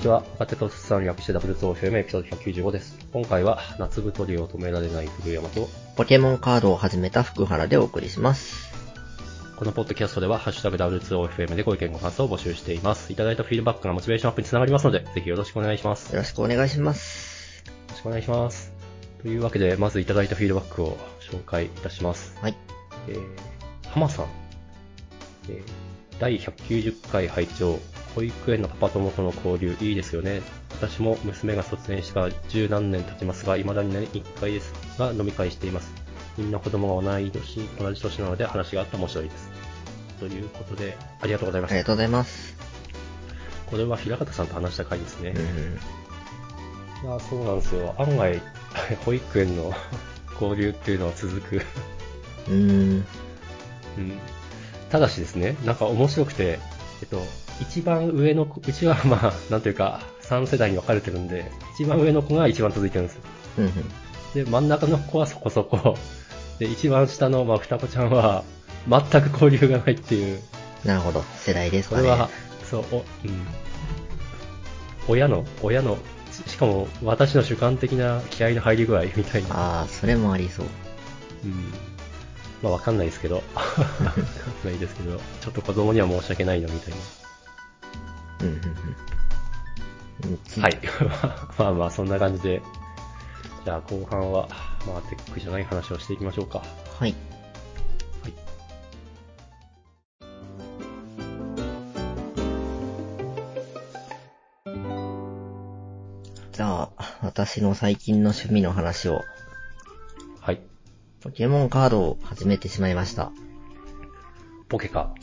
ちは。若手とすさん略して W2OFM エピソード195です。今回は夏太りを止められない古山とポケモンカードを始めた福原でお送りします。 このポッドキャストではハッシュタグ W2OFM でご意見ご感想を募集しています。いただいたフィードバックがモチベーションアップにつながりますので、ぜひよろしくお願いします。 よろしくお願いします。 よろしくお願いします。というわけで、まずいただいたフィードバックを紹介いたします。 はい。 浜さん。第190回拝聴。保育園のパパ友との交流いいですよね。私も娘が卒園してから十何年経ちますが、未だに年1回ですが飲み会しています。みんな子供が同じ年なので話があって面白いです。ということで、ありがとうございました。 ありがとうございます。 これは平方さんと話した回ですね。 うん。 いや、そうなんですよ。案外、保育園の交流っていうのは続く。うん。ただしですね、なんか面白くて、一番上の子、うちはまあ、なんというか、3世代に分かれてるんで、一番上の子が一番続いてるんですよ。で、真ん中の子はそこそこ、で、一番下の、まあ、双子ちゃんは、全く交流がないっていう。 なるほど、世代ですかね。 これは、そう、親の、しかも私の主観的な気合の入り具合みたいな。 ああ、それもありそう。 まあわかんないですけど。わかんないですけど、ちょっと子供には申し訳ないのみたいな。はい。まあまあそんな感じで。じゃあ後半は、まあテックじゃない話をしていきましょうか。 はい。 はい。 じゃあ、私の最近の趣味の話を。 はい。 ポケモンカードを始めてしまいました。 ポケカ。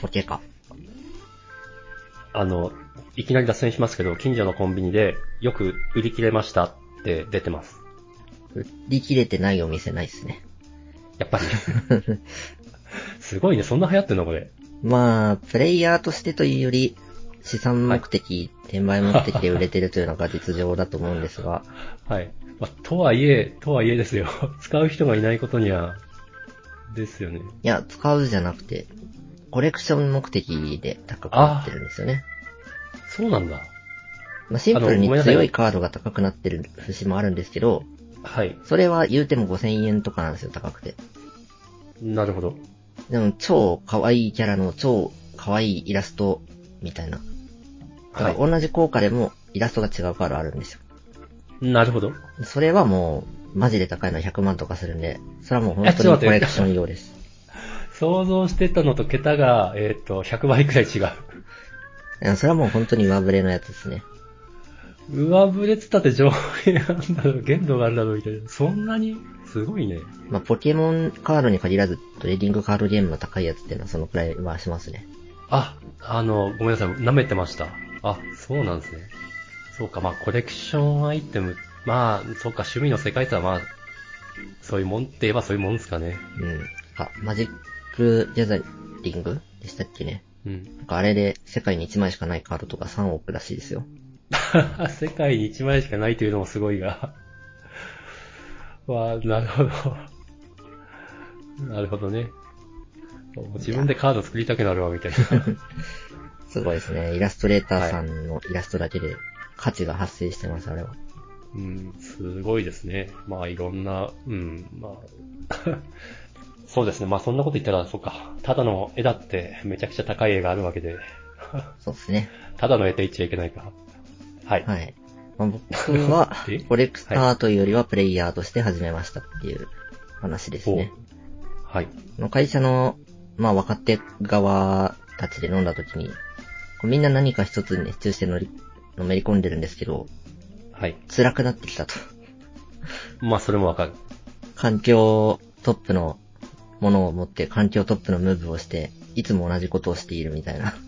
いきなり脱線しますけど、近所のコンビニでよく売り切れましたって出てます。 売り切れてないお店ないっすね。 やっぱり。すごいね、そんな流行ってんのこれ。 まあ、プレイヤーとしてというより、資産目的、転売目的で売れてるというのが実情だと思うんですが。 はい。まあ、とはいえですよ。使う人がいないことには、ですよね。 いや、使うじゃなくて、コレクション目的で高くなってるんですよね。 そうなんだ。 まあ、シンプルに強いカードが高くなってる節もあるんですけど、 はい。 それは言うても5000円とかなんですよ、高くて。 なるほど。 でも、超可愛いキャラの超可愛いイラストみたいな。だから同じ効果でもイラストが違うカードあるんですよ。 なるほど。 それはもう、マジで高いのは100万とかするんで、それはもう本当にコレクション用です。 想像してたのと桁が、100倍くらい違う。 いや、それはもう本当に上振れのやつですね。 上振れてたって上限なんだろう、限度があるだろうみたいな。そんなにすごいね。 まあ、ポケモンカードに限らず、トレーディングカードゲームの高いやつっていうのはそのくらいはしますね。 ごめんなさい、舐めてました。あ、そうなんですね。そうか、まあ、コレクションアイテム、まあ、そうか、趣味の世界とはまあ、そういうもんって言えばそういうもんですかね。 マジックギャザリングでしたっけね。なんかあれで世界に1枚しかないカードとか3億らしいですよ。 世界に1枚しかないというのもすごいが。なるほど。なるほどね。自分でカード作りたくなるわ、みたいな。 すごいですね。イラストレーターさんのイラストだけで価値が発生してます、あれは。 すごいですね。まあいろんな、まあ、そうですね。まあそんなこと言ったら、そうか。ただの絵だってめちゃくちゃ高い絵があるわけで。 そうですね。 ただの絵って言っちゃいけないか。はい。 はい。まあ、僕は、コレクターというよりはプレイヤーとして始めましたっていう話ですね。 はい。 会社の、まあ若手側たちで飲んだ時に、みんな何か一つに熱中してのめり込んでるんですけど、 はい。 辛くなってきたと。 まあそれもわかる。 環境トップのものを持って環境トップのムーブをして、いつも同じことをしているみたいな。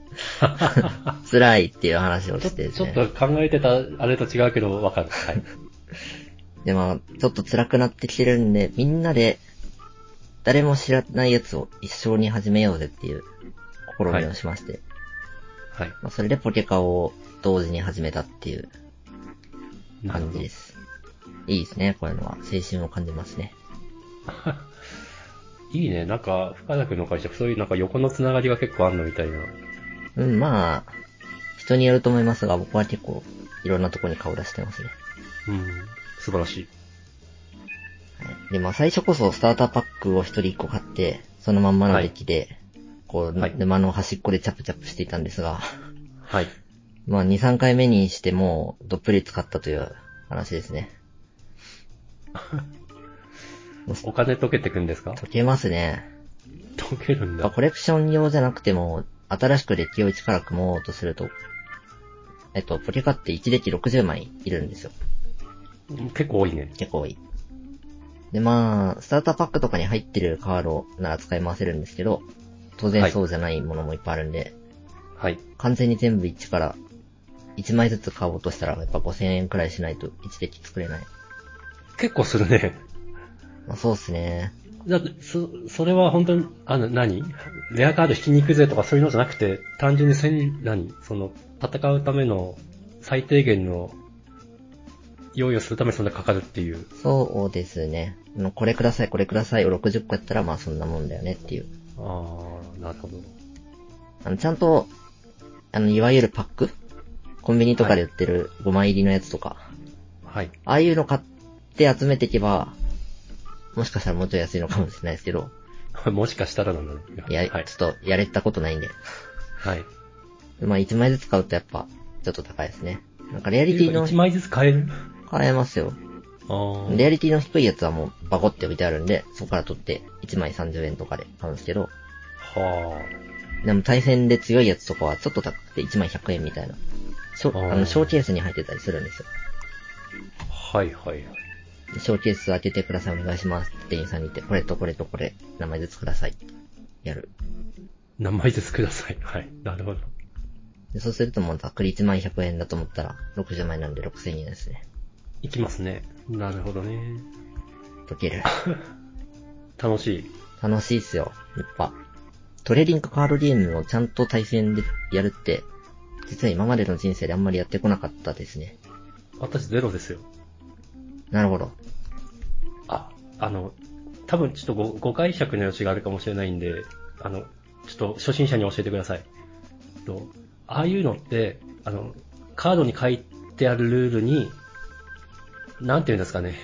辛いっていう話をしてですね。 ちょっと考えてたあれと違うけどわかる。はい。 でまあ、ちょっと辛くなってきてるんで、みんなで誰も知らないやつを一緒に始めようぜっていう試みをしまして。 はい。 まあ、それでポケカを同時に始めたっていう感じです。いいですね、こういうのは。青春を感じますね。 いいね。なんか、深田君の会社、そういうなんか横のつながりが結構あんのみたいな。 まあ、一人によると思いますが、僕は結構いろんなとこに顔出してますね。 素晴らしい。 で、まあ最初こそスターターパックを一人一個買って、そのまんまのデッキで、こう、沼の端っこでチャプチャプしていたんですが、 はい。 まあ2、3回目にしてもどっぷり使ったという話ですね。 お金溶けてくんですか？ 溶けますね。 溶けるんだ。 コレクション用じゃなくても、新しくデッキを1から組もうとすると、ポケカって1デッキ60枚いるんですよ。 結構多いね。 結構多い。で、まあ、スターターパックとかに入ってるカードなら使い回せるんですけど、当然そうじゃないものもいっぱいあるんで、 はい。 完全に全部1から1枚ずつ買おうとしたら、やっぱ5000円くらいしないと1デッキ作れない。 結構するね。 まあ、そうっすね。 だって、それは本当に、レアカード引きに行くぜとかそういうのじゃなくて、単純に戦うための最低限の用意をするためにそんなかかるっていう。 そうですね。これください、これくださいを60個やったら、まあそんなもんだよねっていう。 なるほど。 ちゃんと、いわゆるパックコンビニとかで売ってる5枚入りのやつとか。 はい。 ああいうの買って集めていけば、もしかしたらもうちょい安いのかもしれないですけど。 もしかしたらなんだね。 はい、ちょっとやれたことないんで。 はい。 まあ1枚ずつ買うとやっぱ、ちょっと高いですね。なんかレアリティの。 1枚ずつ買える？ 買えますよ。レアリティの低いやつはもうバコって置いてあるんで、そこから取って1枚30円とかで買うんですけど。でも対戦で強いやつとかはちょっと高くて1枚100円みたいな。ショーケースに入ってたりするんですよ。 はいはい。 ショーケース開けてくださいお願いしますって店員さんに言って、これとこれとこれ、名前ずつください。やる。 名前ずつください。はい。なるほど。 でそうするともうざっくり1万100円だと思ったら、60枚なんで6000円ですね。 いきますね。なるほどね。 解ける。 楽しい。 楽しいっすよ。やっぱ。トレーディングカードゲームをちゃんと対戦でやるって、実は今までの人生であんまりやってこなかったですね。 私ゼロですよ。 なるほど。 多分ちょっと誤解釈の余地があるかもしれないんで、ちょっと初心者に教えてください。ああいうのって、カードに書いてあるルールに、なんていうんですかね。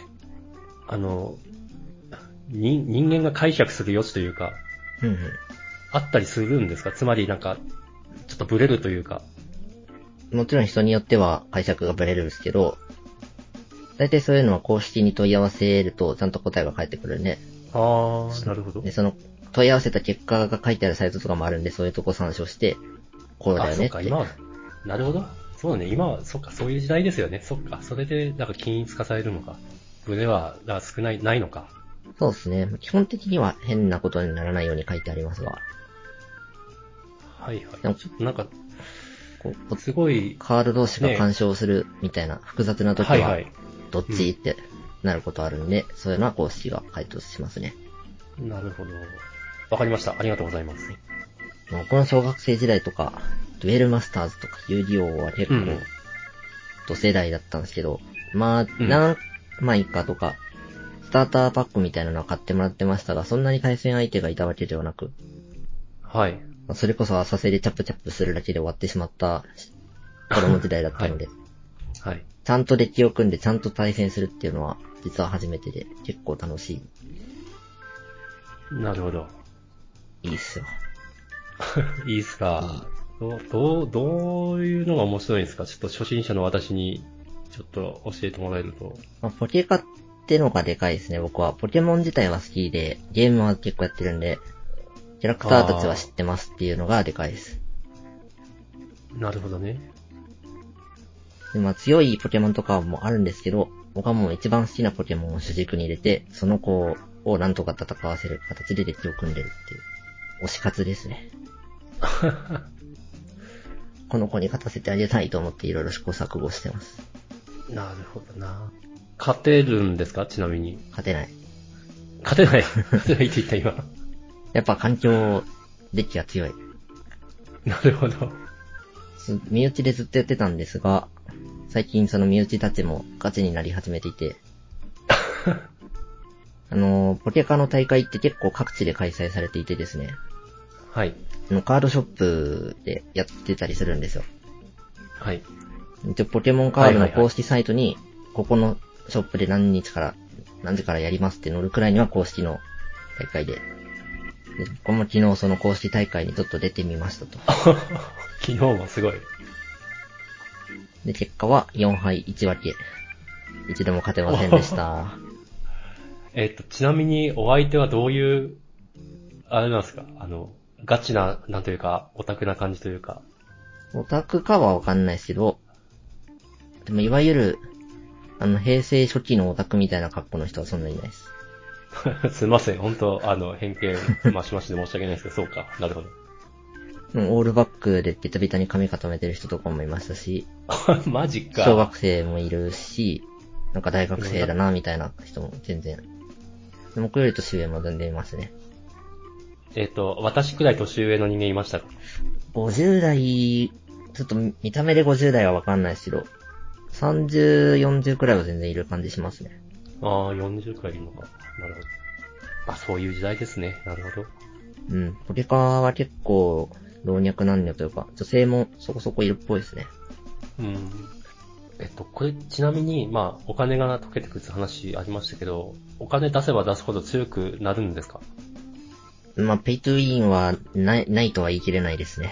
人間が解釈する余地というか、あったりするんですか？つまりなんか、ちょっとブレるというか。 もちろん人によっては解釈がブレるんですけど、大体そういうのは公式に問い合わせるとちゃんと答えが返ってくるんで。 なるほど。 で、その問い合わせた結果が書いてあるサイトとかもあるんで、そういうとこ参照して、こうだよねって。 そっか、今は、なるほど。そうだね、今は、そっか、そういう時代ですよね。そっか、それで、だから均一化されるのか。ブレは、だからないのか。 そうですね。基本的には変なことにならないように書いてありますが。 はいはい。ちょっとなんか、すごい、 カード同士が干渉するみたいな複雑な時は、どっちってなることあるんで、そういうのは公式が回答しますね。 なるほど。わかりました。ありがとうございます。 もうこの小学生時代とか、デュエルマスターズとか遊戯王は結構、同世代だったんですけど、まあ、何枚かとか、スターターパックみたいなのは買ってもらってましたが、そんなに対戦相手がいたわけではなく、 はい。 それこそ浅瀬でチャップチャップするだけで終わってしまった子供時代だったので、 はい。 ちゃんとデッキを組んでちゃんと対戦するっていうのは、実は初めてで結構楽しい。なるほど。 いいっすよ。 いいっすか。どういうのが面白いんですか？ちょっと初心者の私に、ちょっと教えてもらえると。 ポケカってのがでかいですね、僕は。ポケモン自体は好きで、ゲームは結構やってるんで、キャラクターたちは知ってますっていうのがでかいです。 なるほどね。 で、まあ強いポケモンとかもあるんですけど、僕はもう一番好きなポケモンを主軸に入れて、その子をなんとか戦わせる形でデッキを組んでるっていう、推し活ですね。この子に勝たせてあげたいと思っていろいろ試行錯誤してます。 なるほどな。勝てるんですか？ちなみに。 勝てない。 勝てないって言った今。 やっぱ環境デッキが強い。 なるほど。 身内でずっとやってたんですが、最近その身内たちもガチになり始めていて、ポケカの大会って結構各地で開催されていてですね。 はい。 カードショップでやってたりするんですよ。 はい。 一応ポケモンカードの公式サイトに、ここのショップで何日から何時からやりますって載るくらいには公式の大会で。僕も昨日その公式大会にちょっと出てみましたと。 昨日もすごい。 で、結果は4敗1分け。一度も勝てませんでした。 ちなみにお相手はどういう、あれなんですか？ガチな、なんというか、オタクな感じというか。 オタクかはわかんないですけど、でもいわゆる、平成初期のオタクみたいな格好の人はそんなにいないです。 すいません、本当偏見マシマシで申し訳ないですけど、そうか、なるほど。 オールバックでビタビタに髪固めてる人とかもいましたし、 マジか。 小学生もいるし、なんか大学生だなみたいな人も全然。僕より年上も全然いますね。 私くらい年上の人間いましたか ？50代、ちょっと見た目で50代はわかんないですけど、30、40くらいは全然いる感じしますね。 ああ、40くらいいるのか。なるほど。あ、そういう時代ですね。なるほど。 うん。ポケカは結構、老若男女というか、女性もそこそこいるっぽいですね。 うん。これ、ちなみに、まあ、お金が溶けてくる話ありましたけど、お金出せば出すほど強くなるんですか？ まあ、ペイトゥインはないとは言い切れないですね。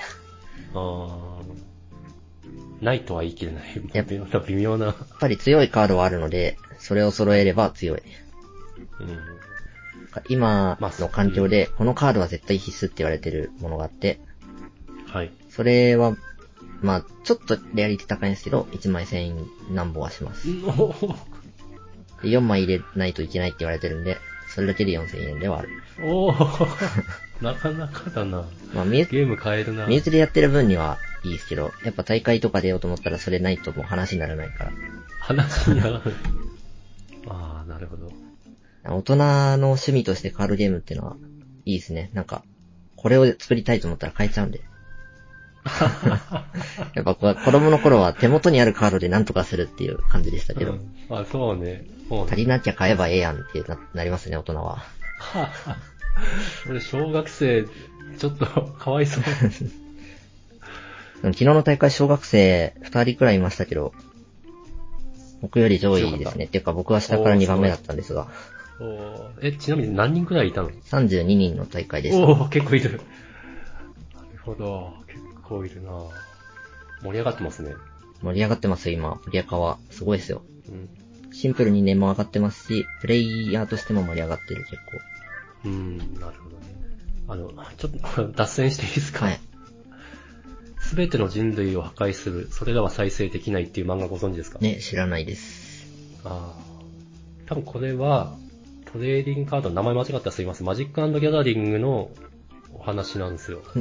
ないとは言い切れない。微妙な。 やっぱり強いカードはあるので、それを揃えれば強い。 うん、 今の環境で、このカードは絶対必須って言われてるものがあって、 はい。 それは、まあちょっとレアリティ高いんですけど、1枚1000円何本はします。4枚入れないといけないって言われてるんで、それだけで4000円ではある。 なかなかだな。 まあ、 ゲーム変えるな。 身内でやってる分にはいいですけど、やっぱ大会とか出ようと思ったらそれないともう話にならないから。 話にならない。ああ、なるほど。 大人の趣味としてカードゲームっていうのはいいですね。なんか、これを作りたいと思ったら買えちゃうんで。やっぱ子供の頃は手元にあるカードで何とかするっていう感じでしたけど。 あ、そうね。 足りなきゃ買えばええやんってなりますね、大人は。 俺、小学生、ちょっとかわいそう。 昨日の大会小学生2人くらいいましたけど、僕より上位ですね。っていうか僕は下から2番目だったんですが。 ちなみに何人くらいいたの？ 32 人の大会でした。 結構いる。なるほど。結構いるな。盛り上がってますね。 盛り上がってますよ、今。ポケアカは。すごいですよ。 うん。 シンプルに値も上がってますし、プレイヤーとしても盛り上がってる、結構。 なるほどね。ちょっと脱線していいですか？はい。すべての人類を破壊する、それらは再生できないっていう漫画ご存知ですか？ ね、知らないです。 多分これは、トレーディングカードの名前間違ったらすいません。マジック&ギャザリングのお話なんですよ。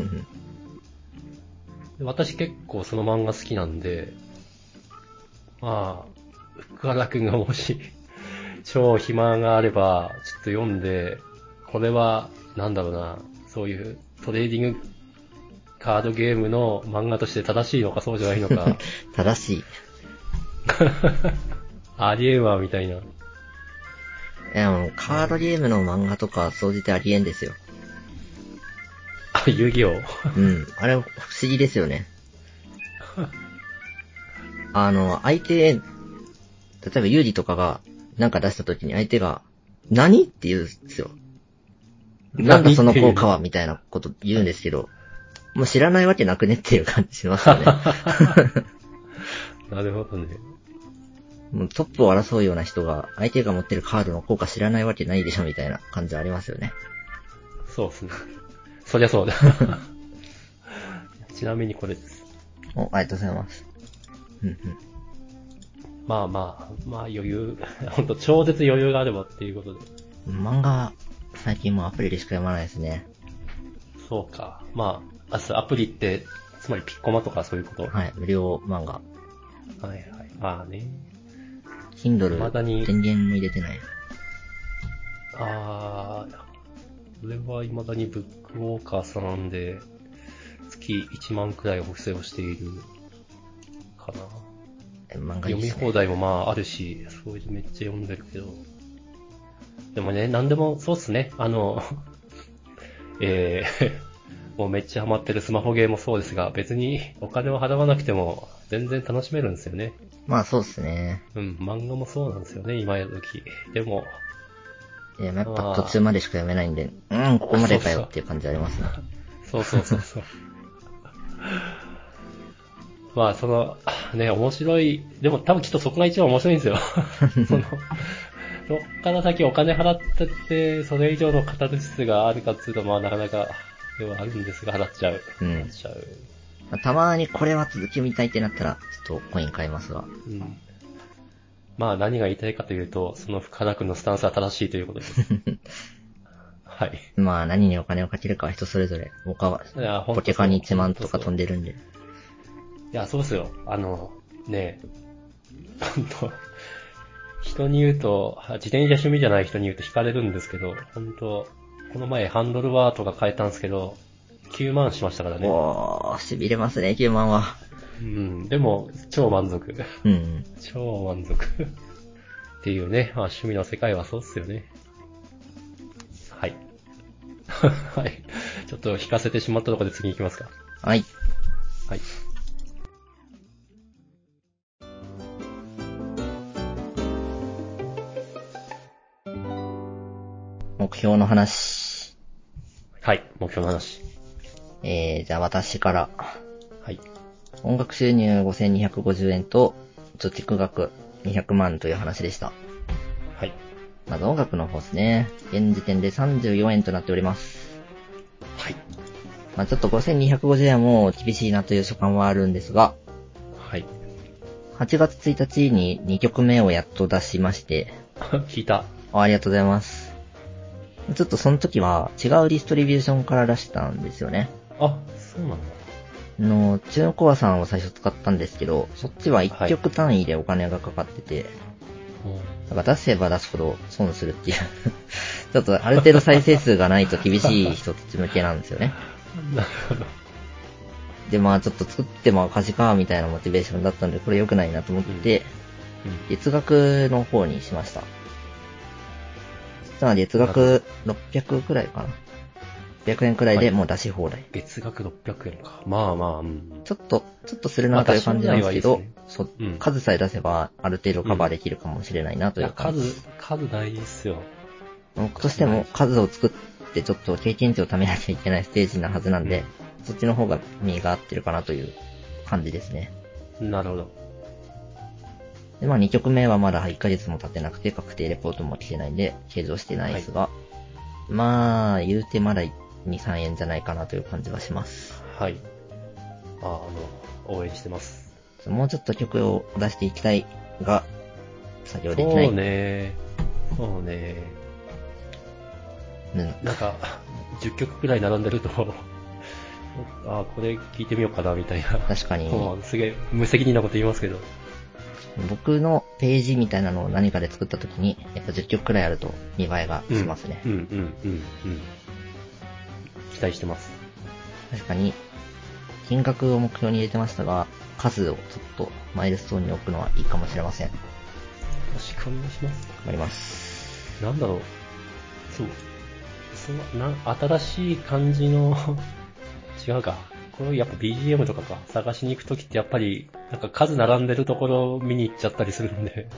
私結構その漫画好きなんで、まあ、福原くんがもし、超暇があれば、ちょっと読んで、これは、なんだろうな、そういうトレーディングカードゲームの漫画として正しいのかそうじゃないのか。 正しい。 ありえんわ、みたいな。 いや、もう、カードゲームの漫画とか、総じてありえんですよ。 遊戯王うん。あれ、不思議ですよね。相手、例えばユージとかが、なんか出した時に相手が、何って言うんですよ。なんだその効果はみたいなこと言うんですけど、もう知らないわけなくねっていう感じしますよね。 なるほどね。 もうトップを争うような人が、相手が持ってるカードの効果知らないわけないでしょみたいな感じありますよね。 そうですね。そりゃそうだ。ちなみにこれです。 ありがとうございます。 まあ余裕、ほんと超絶余裕があればっていうことで。 漫画、最近もアプリでしか読まないですね。 そうか。まあ、アプリって、つまりピッコマとかそういうこと？ はい、無料漫画。 はいはい。まあね。 Kindle、電源も入れてない。 これは未だにブックウォーカーさんで、月1万くらいお布施をしているかな。 漫画いいっすね。 読み放題もまああるし、それでめっちゃ読んでるけど。でもね、なんでもそうっすね。 もうめっちゃハマってるスマホゲーもそうですが、別にお金を払わなくても全然楽しめるんですよね。 まあそうですね。 漫画もそうなんですよね、今やるとき。でも、 いや、やっぱ途中までしか読めないんで、ここまでかよっていう感じありますね。 そう。まあ、面白い、でも多分きっとそこが一番面白いんですよ。そっから先お金払ってて、それ以上のカタルシスがあるかっていうと、まあなかなか、ではあるんですが、払っちゃう。 たまにこれは続き見たいってなったら、ちょっとコイン買いますが。 まあ何が言いたいかというと、その深田君のスタンスは正しいということです。はい。 まあ何にお金をかけるかは人それぞれ。僕はポケカに1万とか飛んでるんで。 いや、そうですよ。人に言うと、自転車趣味じゃない人に言うと惹かれるんですけど、本当この前ハンドルバーとか変えたんですけど、9万しましたからね。 痺れますね、9万は。 でも、超満足。超満足。っていうね、まあ趣味の世界はそうっすよね。はい。はい。ちょっと引かせてしまったところで次行きますか。 はい。 はい。 目標の話。 はい、目標の話。 じゃあ私から。 はい。 音楽収入5250円と、貯蓄額200万という話でした。 はい。 まず音楽の方ですね。現時点で34円となっております。 はい。 まあちょっと5250円も厳しいなという所感はあるんですが、 はい。 8月1日に2曲目をやっと出しまして。 聞いた。 ありがとうございます。ちょっとその時は違うディストリビューションから出したんですよね。 あ、そうなんだ。 中コアさんを最初使ったんですけど、そっちは1曲単位でお金がかかってて、だから出せば出すほど損するっていうちょっとある程度再生数がないと厳しい人たち向けなんですよね。 なるほど。 で、まあちょっと作っても赤字かみたいなモチベーションだったんで、これ良くないなと思って、月額の方にしました。そしたら月額600くらいかな。600円くらいでもう出し放題。 月額600円か。まあまあ、 ちょっとするなという感じなんですけど、数さえ出せばある程度カバーできるかもしれないなという感じ。 数大事っすよ。 僕としても数を作ってちょっと経験値を貯めなきゃいけないステージなはずなんで、そっちの方が身が合ってるかなという感じですね。 なるほど。 で、まあ2曲目はまだ1ヶ月も経ってなくて確定レポートも来てないんで、計上してないですが、まあ、言うてまだ2、3円じゃないかなという感じはします。 はい。応援してます。 もうちょっと曲を出していきたいが、作業できない。 そうね。なんか、10曲くらい並んでると、これ聞いてみようかな、みたいな。 確かに。 すげえ、無責任なこと言いますけど。 僕のページみたいなのを何かで作った時に、やっぱ10曲くらいあると見栄えがしますね。 期待してます。 確かに、金額を目標に入れてましたが、数をちょっとマイルストーンに置くのはいいかもしれません。よろしくお願いします。 頑張ります。 なんだろう。新しい感じの、違うか。これやっぱ BGM とか探しに行くときってやっぱり、なんか数並んでるところを見に行っちゃったりするんで。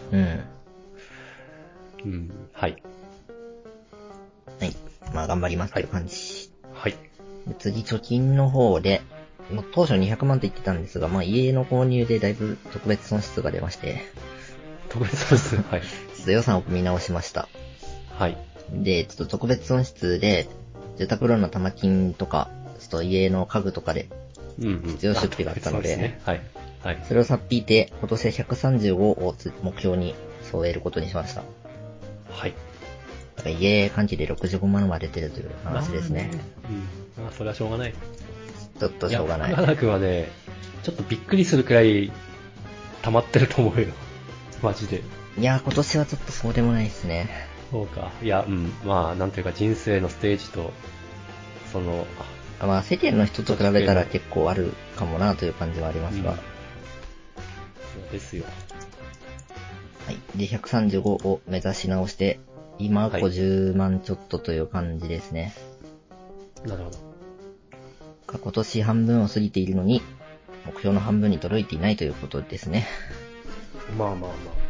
はい。 はい。まあ頑張りますという感じ。 はい。 で次、貯金の方で、当初200万と言ってたんですが、まあ家の購入でだいぶ特別損失が出まして。 特別損失はい。 ちょっと予算を見直しました。 はい。 で、ちょっと特別損失で、住宅ローンの玉金とか、ちょっと家の家具とかで、必要出費があったので、それをさっぴいて、今年は135を目標に添えることにしました。 はい。 だから家関係で65万は出てるという話ですね。 まあそれはしょうがない。 ちょっとしょうがない。 深田君はね、ちょっとびっくりするくらい溜まってると思うよ。マジで。 いや、今年はちょっとそうでもないですね。 そうか。いや、まあ、なんていうか人生のステージと、 まあ世間の人と比べたら結構あるかもなという感じはありますが。 そうですよ。 はい。で、135を目指し直して、今50万ちょっとという感じですね。 なるほど。 今年半分を過ぎているのに、目標の半分に届いていないということですね。 まあ。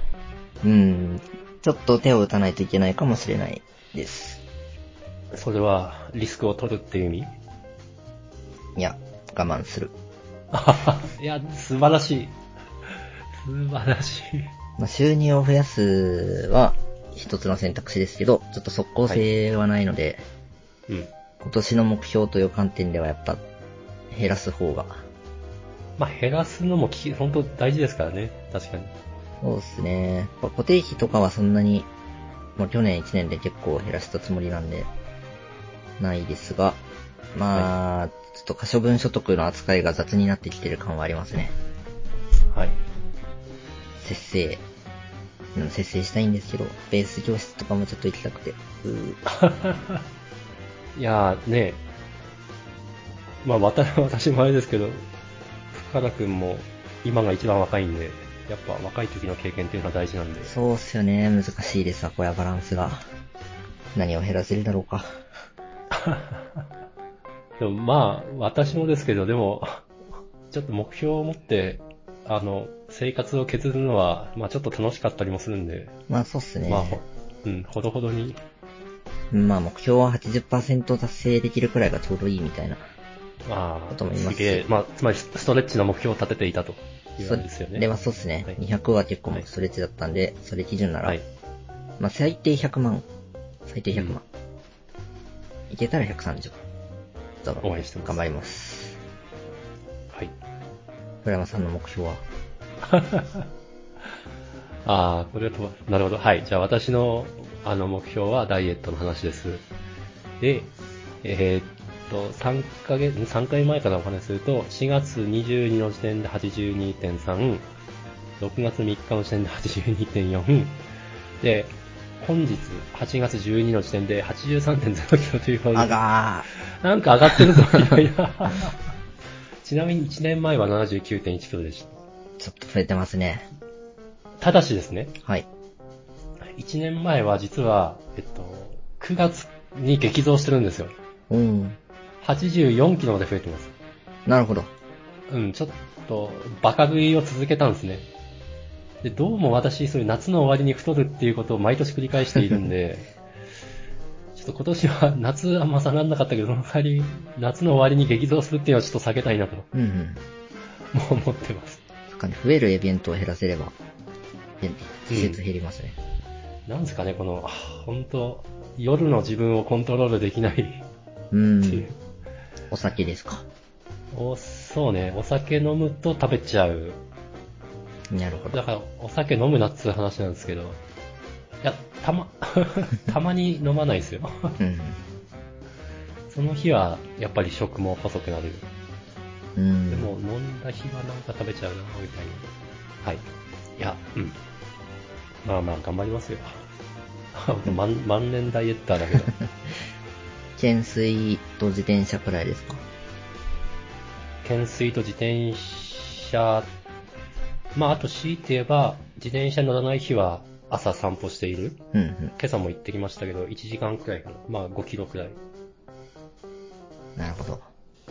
ちょっと手を打たないといけないかもしれないです。 それは、リスクを取るっていう意味？ いや、我慢する。 いや、素晴らしい。 収入を増やすは一つの選択肢ですけど、ちょっと即効性はないので、今年の目標という観点ではやっぱ減らす方が。 減らすのも本当大事ですからね、確かに。 そうですね。固定費とかはそんなに、もう去年1年で結構減らしたつもりなんで、ないですが、ちょっと可処分所得の扱いが雑になってきてる感はありますね。 はい。 節制したいんですけど、ベース教室とかもちょっと行きたくて。 いやーね、私もあれですけど、深田くんも今が一番若いんで、やっぱ若い時の経験っていうのは大事なんで。 そうっすよね、難しいですわ、これはバランスが。何を減らせるだろうか。 でも私もですけど、でも、ちょっと目標を持って、生活を削るのは、ちょっと楽しかったりもするんで。 そうっすね。 ほどほどに。 目標は 80% 達成できるくらいがちょうどいいみたいな。ことも言いますし。 すげえ。つまりストレッチの目標を立てていたというわけですよね。 ではそうっすね。はい、200は結構ストレッチだったんで、それ基準なら、最低100万。いけたら130。 応援してます。 頑張ります。 はい。 村山さんの目標はこれはなるほど。はい。じゃあ私の目標はダイエットの話です。で、3回前からお話しすると、4月22の時点で 82.3、6月3日の時点で 82.4、で、本日8月12の時点で 83.0 キロということで、なんか上がってるぞみたいな。ちなみに1年前は 79.1 キロでした。 ちょっと増えてますね。 ただしですね。 はい。 1年前は実は、9月に激増してるんですよ。84キロまで増えてます。 なるほど。 ちょっと、バカ食いを続けたんですね。で、どうも私、そういう夏の終わりに太るっていうことを毎年繰り返しているんで、ちょっと今年は夏あんま下がんなかったけど、その代わり、夏の終わりに激増するっていうのはちょっと避けたいなと。もう思ってます。 増えるイベントを減らせれば、季節減りますね。 なんですかね、この、本当夜の自分をコントロールできないっていう。 お酒ですか。 そうね、お酒飲むと食べちゃう。 なるほど。 だから、お酒飲むなっつう話なんですけど、いや、たまに飲まないですよ。その日は、やっぱり食も細くなる。でも、飲んだ日はなんか食べちゃうな、みたいな。はい。いや、頑張りますよ。万年ダイエッターだけど。 懸垂と自転車くらいですか？ 懸垂と自転車、あと強いて言えば、自転車に乗らない日は朝散歩している。今朝も行ってきましたけど、1時間くらいかな。5キロくらい。 なるほど。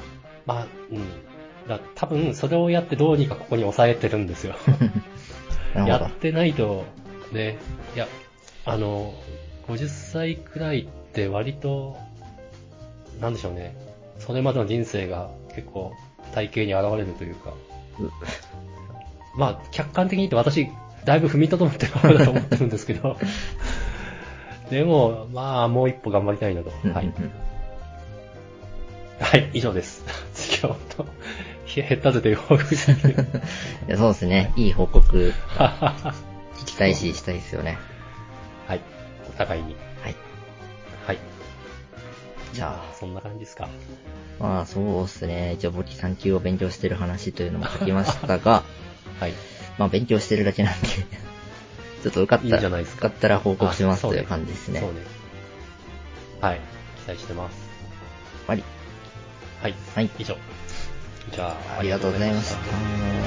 多分、それをやってどうにかここに抑えてるんですよ。やってないと、ね、いや、50歳くらいって割と、なんでしょうね、それまでの人生が結構体型に現れるというか、客観的に言って私、だいぶ踏みとどまってる方だと思ってるんですけど、でも、もう一歩頑張りたいなと。はい。はい、以上です。今日と、減ったぜという報告ですけど。 そうですね、いい報告、聞きたいし、したいですよね。 はい、お互いに。 はい。 はい。じゃあ、そんな感じですか。 そうですね。一応簿記3級を勉強してる話というのも書きましたが、 はい。 勉強してるだけなんで、ちょっと受かったら報告しますという感じですね。 そうね。はい。期待してます。 はい。 はい。以上。じゃあ、 ありがとうございました。